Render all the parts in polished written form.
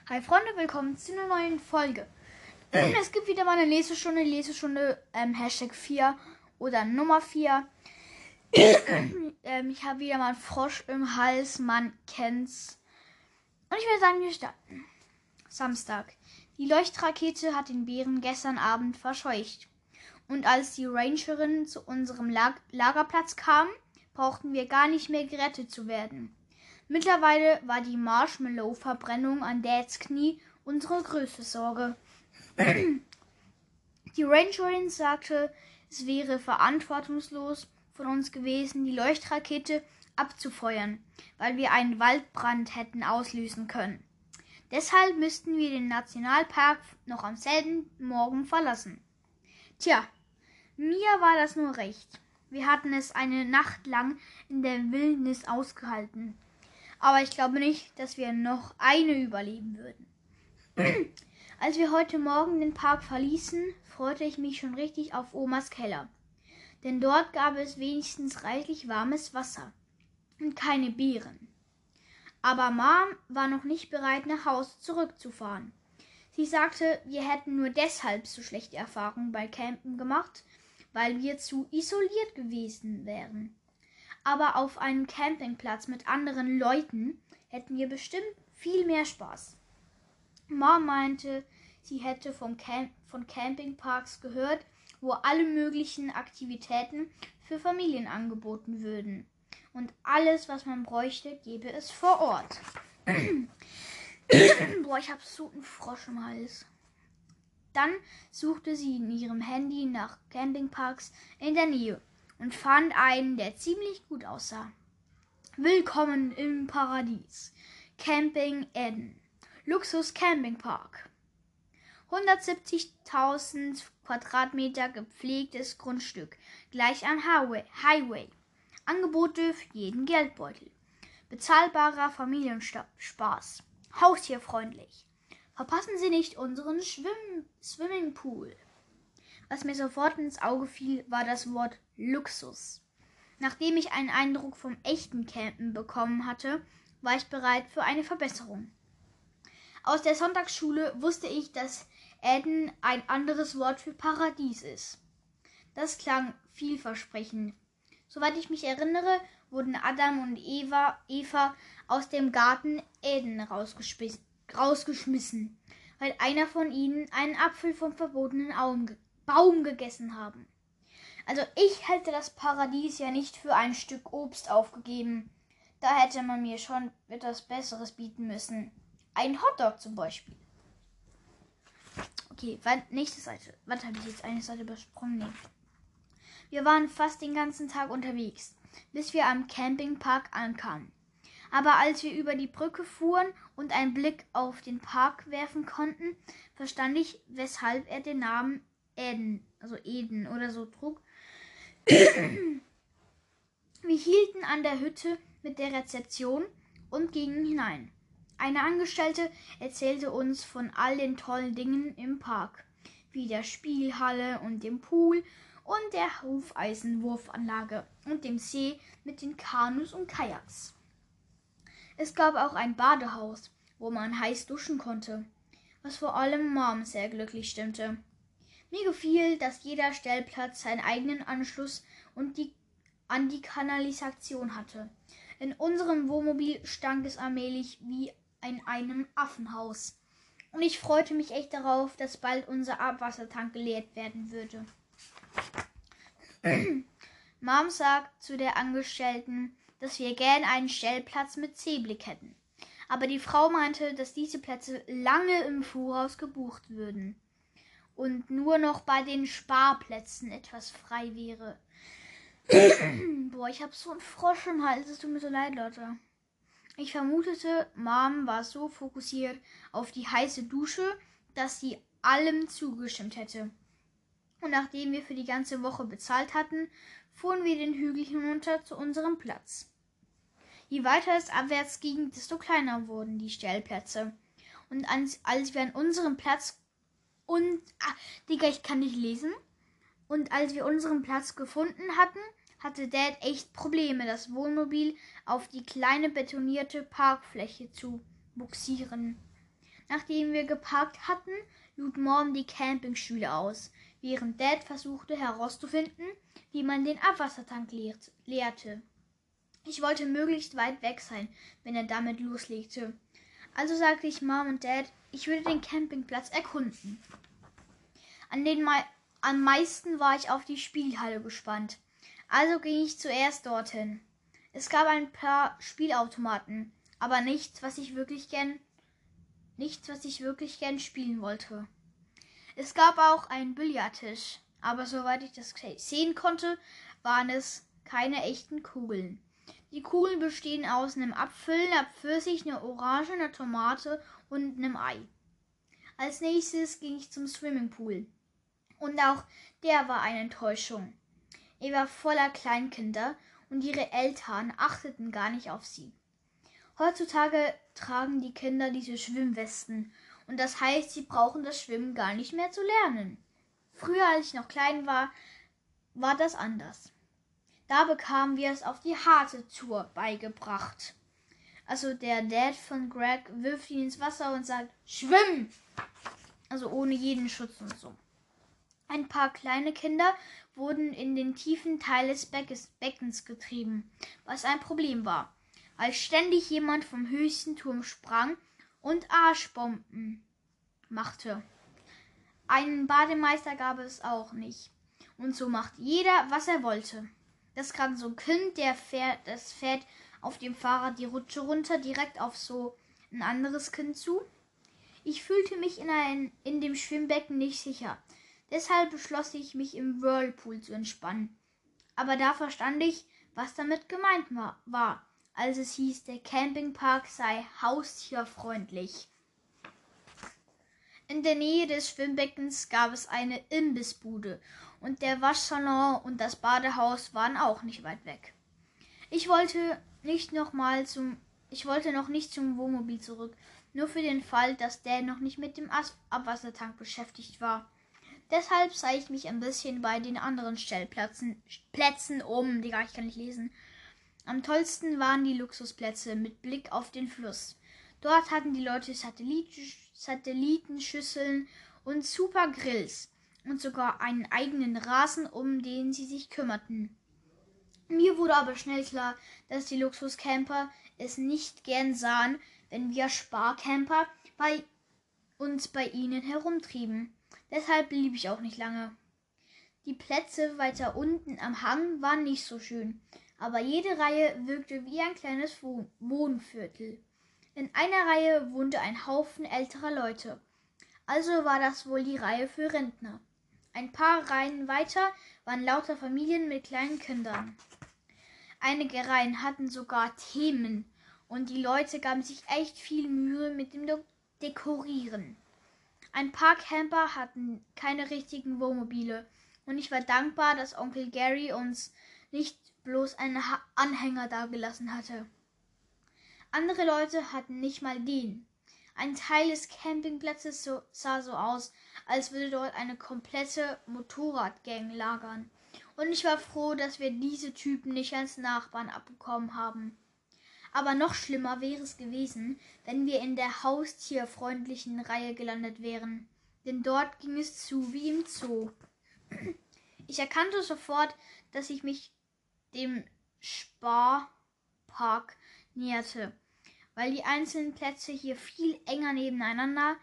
Hi Freunde, willkommen zu einer neuen Folge. Es gibt wieder mal eine Lesestunde, Hashtag 4 oder Nummer 4. Ich habe wieder mal einen Frosch im Hals, man kennt's. Und ich würde sagen, wir starten. Samstag. Die Leuchtrakete hat den Bären gestern Abend verscheucht. Und als die Rangerin zu unserem Lagerplatz kam, brauchten wir gar nicht mehr gerettet zu werden. Mittlerweile war die Marshmallow-Verbrennung an Dads Knie unsere größte Sorge. Die Rangerin sagte, es wäre verantwortungslos von uns gewesen, die Leuchtrakete abzufeuern, weil wir einen Waldbrand hätten auslösen können. Deshalb müssten wir den Nationalpark noch am selben Morgen verlassen. Tja, mir war das nur recht. Wir hatten es eine Nacht lang in der Wildnis ausgehalten. Aber ich glaube nicht, dass wir noch eine überleben würden. Als wir heute Morgen den Park verließen, freute ich mich schon richtig auf Omas Keller. Denn dort gab es wenigstens reichlich warmes Wasser und keine Beeren. Aber Mom war noch nicht bereit, nach Hause zurückzufahren. Sie sagte, wir hätten nur deshalb so schlechte Erfahrungen bei Campen gemacht, weil wir zu isoliert gewesen wären. Aber auf einem Campingplatz mit anderen Leuten hätten wir bestimmt viel mehr Spaß. Mom meinte, sie hätte von Campingparks gehört, wo alle möglichen Aktivitäten für Familien angeboten würden. Und alles, was man bräuchte, gäbe es vor Ort. Boah, ich hab so einen Frosch im Hals. Dann suchte sie in ihrem Handy nach Campingparks in der Nähe und fand einen, der ziemlich gut aussah. Willkommen im Paradies. Camping Eden. Luxus Campingpark. 170.000 Quadratmeter gepflegtes Grundstück, gleich am Highway. Angebote für jeden Geldbeutel. Bezahlbarer Familienspaß. Haustierfreundlich. Verpassen Sie nicht unseren Swimmingpool. Was mir sofort ins Auge fiel, war das Wort Luxus. Nachdem ich einen Eindruck vom echten Campen bekommen hatte, war ich bereit für eine Verbesserung. Aus der Sonntagsschule wusste ich, dass Eden ein anderes Wort für Paradies ist. Das klang vielversprechend. Soweit ich mich erinnere, wurden Adam und Eva aus dem Garten Eden rausgeschmissen, weil einer von ihnen einen Apfel vom verbotenen Baum gegessen haben. Also ich hätte das Paradies ja nicht für ein Stück Obst aufgegeben. Da hätte man mir schon etwas Besseres bieten müssen. Ein Hotdog zum Beispiel. Okay, nächste Seite. Was habe ich jetzt eine Seite übersprungen? Nee. Wir waren fast den ganzen Tag unterwegs, bis wir am Campingpark ankamen. Aber als wir über die Brücke fuhren und einen Blick auf den Park werfen konnten, verstand ich, weshalb er den Namen Eden oder so trug. Wir hielten an der Hütte mit der Rezeption und gingen hinein. Eine Angestellte erzählte uns von all den tollen Dingen im Park, wie der Spielhalle und dem Pool und der Hufeisenwurfanlage und dem See mit den Kanus und Kajaks. Es gab auch ein Badehaus, wo man heiß duschen konnte, was vor allem Mom sehr glücklich stimmte. Mir gefiel, dass jeder Stellplatz seinen eigenen Anschluss an die Kanalisation hatte. In unserem Wohnmobil stank es allmählich wie in einem Affenhaus. Und ich freute mich echt darauf, dass bald unser Abwassertank geleert werden würde. Mom sagt zu der Angestellten, dass wir gern einen Stellplatz mit Seeblick hätten. Aber die Frau meinte, dass diese Plätze lange im Voraus gebucht würden und nur noch bei den Sparplätzen etwas frei wäre. Boah, ich habe so einen Frosch im Hals, es tut mir so leid, Leute. Ich vermutete, Mom war so fokussiert auf die heiße Dusche, dass sie allem zugestimmt hätte. Und nachdem wir für die ganze Woche bezahlt hatten, fuhren wir den Hügel hinunter zu unserem Platz. Je weiter es abwärts ging, desto kleiner wurden die Stellplätze. Und als wir an unserem Platz Digga, ich kann nicht lesen. Und als wir unseren Platz gefunden hatten, hatte Dad echt Probleme, das Wohnmobil auf die kleine betonierte Parkfläche zu buxieren. Nachdem wir geparkt hatten, lud Mom die Campingstühle aus, während Dad versuchte herauszufinden, wie man den Abwassertank leerte. Ich wollte möglichst weit weg sein, wenn er damit loslegte. Also sagte ich Mom und Dad, ich würde den Campingplatz erkunden. Am meisten war ich auf die Spielhalle gespannt. Also ging ich zuerst dorthin. Es gab ein paar Spielautomaten, aber nichts, was ich wirklich gern spielen wollte. Es gab auch einen Billardtisch, aber soweit ich das sehen konnte, waren es keine echten Kugeln. Die Kugeln bestehen aus einem Apfel, einer Pfirsich, einer Orange, einer Tomate und einem Ei. Als nächstes ging ich zum Swimmingpool. Und auch der war eine Enttäuschung. Er war voller Kleinkinder und ihre Eltern achteten gar nicht auf sie. Heutzutage tragen die Kinder diese Schwimmwesten und das heißt, sie brauchen das Schwimmen gar nicht mehr zu lernen. Früher, als ich noch klein war, war das anders. Da bekamen wir es auf die harte Tour beigebracht. Also der Dad von Greg wirft ihn ins Wasser und sagt, schwimm! Also ohne jeden Schutz und so. Ein paar kleine Kinder wurden in den tiefen Teil des Beckens getrieben, was ein Problem war, als ständig jemand vom höchsten Turm sprang und Arschbomben machte. Einen Bademeister gab es auch nicht. Und so macht jeder, was er wollte. Das kann so ein Kind, das fährt auf dem Fahrrad die Rutsche runter, direkt auf so ein anderes Kind zu. Ich fühlte mich in dem Schwimmbecken nicht sicher. Deshalb beschloss ich, mich im Whirlpool zu entspannen. Aber da verstand ich, was damit gemeint war, als es hieß, der Campingpark sei haustierfreundlich. In der Nähe des Schwimmbeckens gab es eine Imbissbude und der Waschsalon und das Badehaus waren auch nicht weit weg. Ich wollte noch nicht zum Wohnmobil zurück, nur für den Fall, dass der noch nicht mit dem Abwassertank beschäftigt war. Deshalb sah ich mich ein bisschen bei den anderen Stellplätzen um. Digga, ich kann nicht lesen. Am tollsten waren die Luxusplätze mit Blick auf den Fluss. Dort hatten die Leute Satellitenschüsseln und super Grills und sogar einen eigenen Rasen, um den sie sich kümmerten. Mir wurde aber schnell klar, dass die Luxuscamper es nicht gern sahen, wenn wir Sparcamper uns bei ihnen herumtrieben. Deshalb blieb ich auch nicht lange. Die Plätze weiter unten am Hang waren nicht so schön, aber jede Reihe wirkte wie ein kleines Wohnviertel. In einer Reihe wohnte ein Haufen älterer Leute. Also war das wohl die Reihe für Rentner. Ein paar Reihen weiter waren lauter Familien mit kleinen Kindern. Einige Reihen hatten sogar Themen und die Leute gaben sich echt viel Mühe mit dem Dekorieren. Ein paar Camper hatten keine richtigen Wohnmobile und ich war dankbar, dass Onkel Gary uns nicht bloß einen Anhänger dagelassen hatte. Andere Leute hatten nicht mal den. Ein Teil des Campingplatzes sah so aus, als würde dort eine komplette Motorradgang lagern. Und ich war froh, dass wir diese Typen nicht als Nachbarn abbekommen haben. Aber noch schlimmer wäre es gewesen, wenn wir in der haustierfreundlichen Reihe gelandet wären. Denn dort ging es zu wie im Zoo. Ich erkannte sofort, dass ich mich dem Sparpark näherte, weil die einzelnen Plätze hier viel enger nebeneinander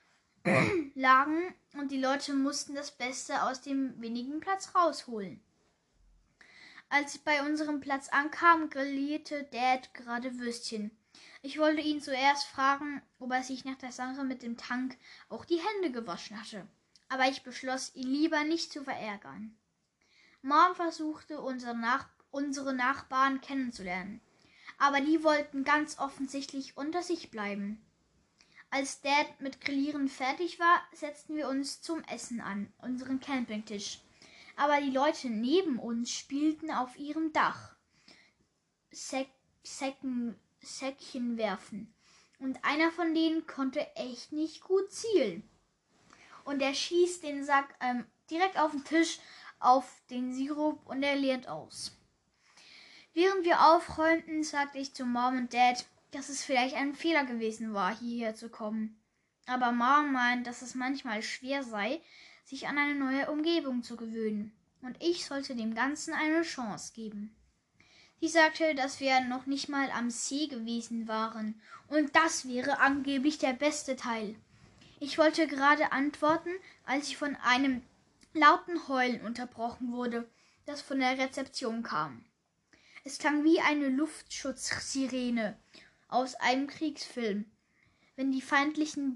lagen und die Leute mussten das Beste aus dem wenigen Platz rausholen. Als ich bei unserem Platz ankam, grillierte Dad gerade Würstchen. Ich wollte ihn zuerst fragen, ob er sich nach der Sache mit dem Tank auch die Hände gewaschen hatte. Aber ich beschloss, ihn lieber nicht zu verärgern. Mom versuchte, unsere Nachbarn kennenzulernen. Aber die wollten ganz offensichtlich unter sich bleiben. Als Dad mit Grillieren fertig war, setzten wir uns zum Essen an, unseren Campingtisch. Aber die Leute neben uns spielten auf ihrem Dach Säckchen werfen. Und einer von denen konnte echt nicht gut zielen. Und er schießt den Sack direkt auf den Tisch, auf den Sirup und er leert aus. Während wir aufräumten, sagte ich zu Mom und Dad, dass es vielleicht ein Fehler gewesen war, hierher zu kommen. Aber Mama meint, dass es manchmal schwer sei, sich an eine neue Umgebung zu gewöhnen. Und ich sollte dem Ganzen eine Chance geben. Sie sagte, dass wir noch nicht mal am See gewesen waren. Und das wäre angeblich der beste Teil. Ich wollte gerade antworten, als ich von einem lauten Heulen unterbrochen wurde, das von der Rezeption kam. Es klang wie eine Luftschutzsirene aus einem Kriegsfilm, wenn die feindlichen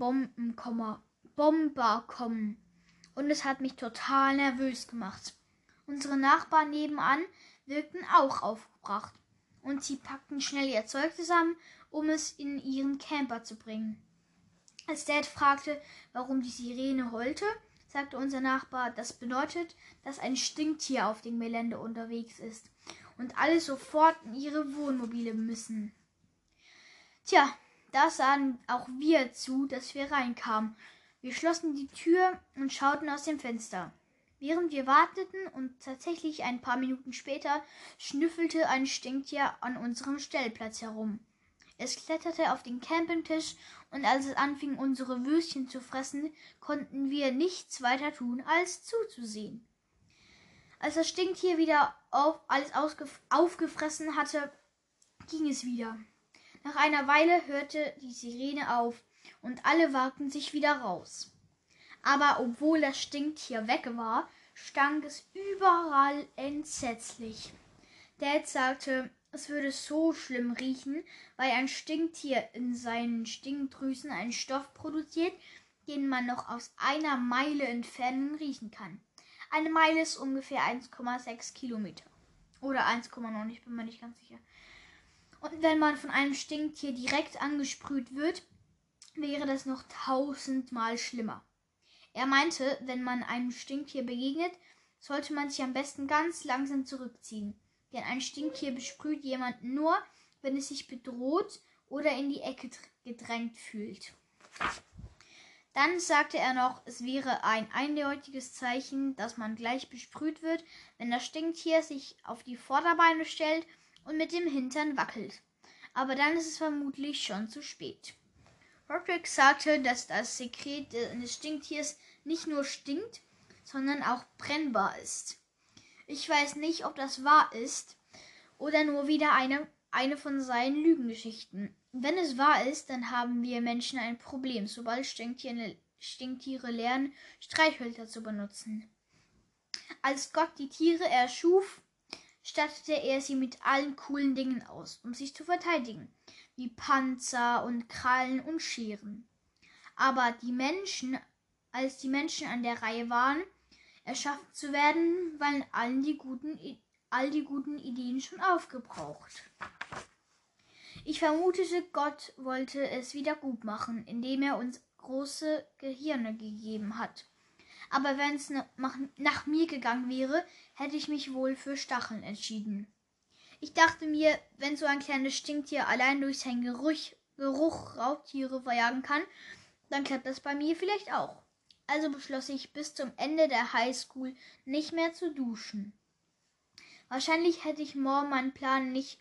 Bomber kommen. Und es hat mich total nervös gemacht. Unsere Nachbarn nebenan wirkten auch aufgebracht, und sie packten schnell ihr Zeug zusammen, um es in ihren Camper zu bringen. Als Dad fragte, warum die Sirene heulte, sagte unser Nachbar, das bedeutet, dass ein Stinktier auf dem Gelände unterwegs ist und alle sofort in ihre Wohnmobile müssen. Tja, da sahen auch wir zu, dass wir reinkamen. Wir schlossen die Tür und schauten aus dem Fenster. Während wir warteten und tatsächlich ein paar Minuten später schnüffelte ein Stinktier an unserem Stellplatz herum. Es kletterte auf den Campingtisch und als es anfing, unsere Würstchen zu fressen, konnten wir nichts weiter tun, als zuzusehen. Als das Stinktier wieder alles aufgefressen hatte, ging es wieder. Nach einer Weile hörte die Sirene auf und alle wagten sich wieder raus. Aber obwohl das Stinktier weg war, stank es überall entsetzlich. Dad sagte, es würde so schlimm riechen, weil ein Stinktier in seinen Stinkdrüsen einen Stoff produziert, den man noch aus einer Meile Entfernung riechen kann. Eine Meile ist ungefähr 1,6 Kilometer. Oder 1,9, ich bin mir nicht ganz sicher. Und wenn man von einem Stinktier direkt angesprüht wird, wäre das noch 1000-mal schlimmer. Er meinte, wenn man einem Stinktier begegnet, sollte man sich am besten ganz langsam zurückziehen. Denn ein Stinktier besprüht jemanden nur, wenn es sich bedroht oder in die Ecke gedrängt fühlt. Dann sagte er noch, es wäre ein eindeutiges Zeichen, dass man gleich besprüht wird, wenn das Stinktier sich auf die Vorderbeine stellt und mit dem Hintern wackelt. Aber dann ist es vermutlich schon zu spät. Roderick sagte, dass das Sekret des Stinktiers nicht nur stinkt, sondern auch brennbar ist. Ich weiß nicht, ob das wahr ist oder nur wieder eine von seinen Lügengeschichten. Wenn es wahr ist, dann haben wir Menschen ein Problem, sobald Stinktiere lernen, Streichhölzer zu benutzen. Als Gott die Tiere erschuf, stattete er sie mit allen coolen Dingen aus, um sich zu verteidigen, wie Panzer und Krallen und Scheren. Aber als die Menschen an der Reihe waren, erschaffen zu werden, waren all die guten Ideen schon aufgebraucht. Ich vermutete, Gott wollte es wieder gut machen, indem er uns große Gehirne gegeben hat. Aber wenn es nach mir gegangen wäre, hätte ich mich wohl für Stacheln entschieden. Ich dachte mir, wenn so ein kleines Stinktier allein durch seinen Geruch Raubtiere verjagen kann, dann klappt das bei mir vielleicht auch. Also beschloss ich, bis zum Ende der Highschool nicht mehr zu duschen. Wahrscheinlich hätte ich Mom meinen Plan nicht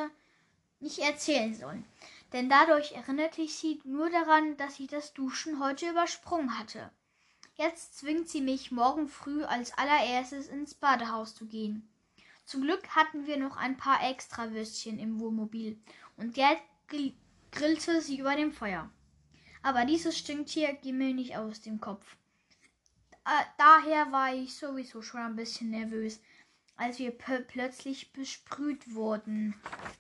erzählen sollen, denn dadurch erinnerte ich sie nur daran, dass ich das Duschen heute übersprungen hatte. Jetzt zwingt sie mich, morgen früh als allererstes ins Badehaus zu gehen. Zum Glück hatten wir noch ein paar Extrawürstchen im Wohnmobil und Gerd grillte sie über dem Feuer. Aber dieses Stinktier ging mir nicht aus dem Kopf. Daher war ich sowieso schon ein bisschen nervös, als wir plötzlich besprüht wurden.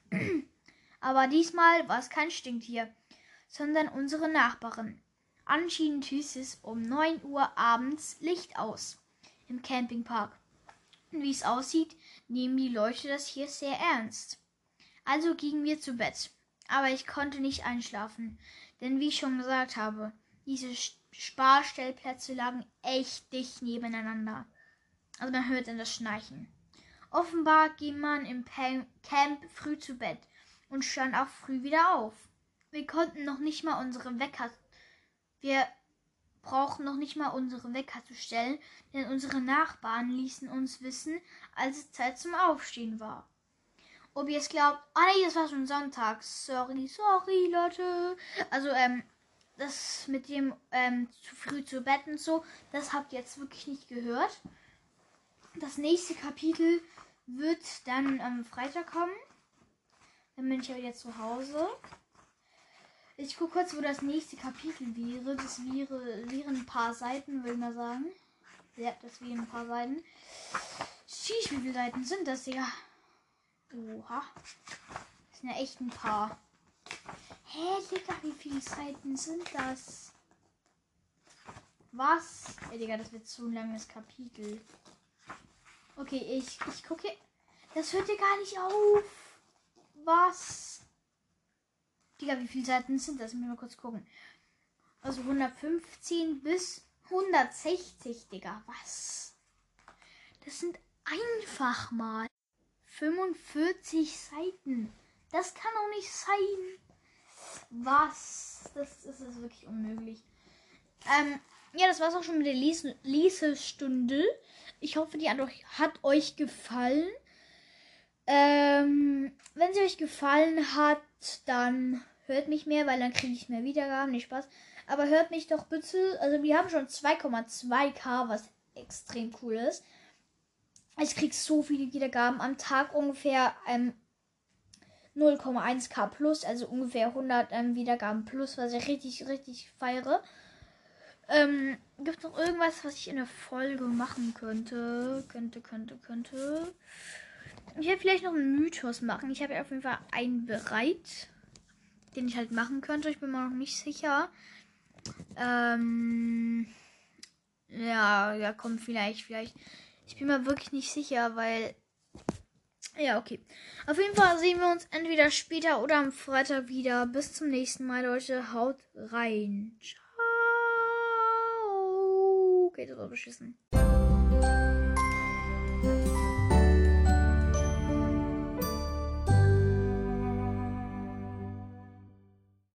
Aber diesmal war es kein Stinktier, sondern unsere Nachbarin. Anscheinend hieß es um 9 Uhr abends Licht aus im Campingpark. Und wie es aussieht, nehmen die Leute das hier sehr ernst. Also gingen wir zu Bett. Aber ich konnte nicht einschlafen, denn wie ich schon gesagt habe, diese Sparstellplätze lagen echt dicht nebeneinander. Also man hört dann das Schnarchen. Offenbar ging man im Camp früh zu Bett und stand auch früh wieder auf. Wir brauchten noch nicht mal unsere Wecker zu stellen, denn unsere Nachbarn ließen uns wissen, als es Zeit zum Aufstehen war. Ob ihr es glaubt, nee, das war schon Sonntag. Sorry, Leute. Also, das mit dem zu früh zu Bett und so, das habt ihr jetzt wirklich nicht gehört. Das nächste Kapitel wird dann am Freitag kommen. Dann bin ich ja wieder zu Hause. Ich gucke kurz, wo das nächste Kapitel wäre. Das wären ein paar Seiten, würde ich mal sagen. Ja, das wären ein paar Seiten. Schieß, wie viele Seiten sind das, Digga? Oha. Das sind ja echt ein paar. Hä, Digga, wie viele Seiten sind das? Was? Ey, Digga, das wird so ein langes Kapitel. Okay, ich gucke. Das hört ja gar nicht auf. Was? Digga, wie viele Seiten sind das? Ich muss mal kurz gucken. Also 115 bis 160, Digga. Was? Das sind einfach mal 45 Seiten. Das kann doch nicht sein. Was? Das ist wirklich unmöglich. Ja, das war's auch schon mit der Lesestunde. Ich hoffe, die hat euch gefallen. Wenn sie euch gefallen hat, dann hört mich mehr, weil dann kriege ich mehr Wiedergaben. Nicht Spaß. Aber hört mich doch bitte. Also wir haben schon 2,2K, was extrem cool ist. Ich kriege so viele Wiedergaben am Tag, ungefähr 0,1K plus, also ungefähr 100 Wiedergaben plus, was ich richtig, richtig feiere. Gibt es noch irgendwas, was ich in der Folge machen könnte? Ich werde vielleicht noch einen Mythos machen. Ich habe ja auf jeden Fall einen bereit, den ich halt machen könnte. Ich bin mir noch nicht sicher. Ja, komm, vielleicht. Ich bin mir wirklich nicht sicher, weil... Ja, okay. Auf jeden Fall sehen wir uns entweder später oder am Freitag wieder. Bis zum nächsten Mal, Leute. Haut rein. Ciao. Okay, das war beschissen.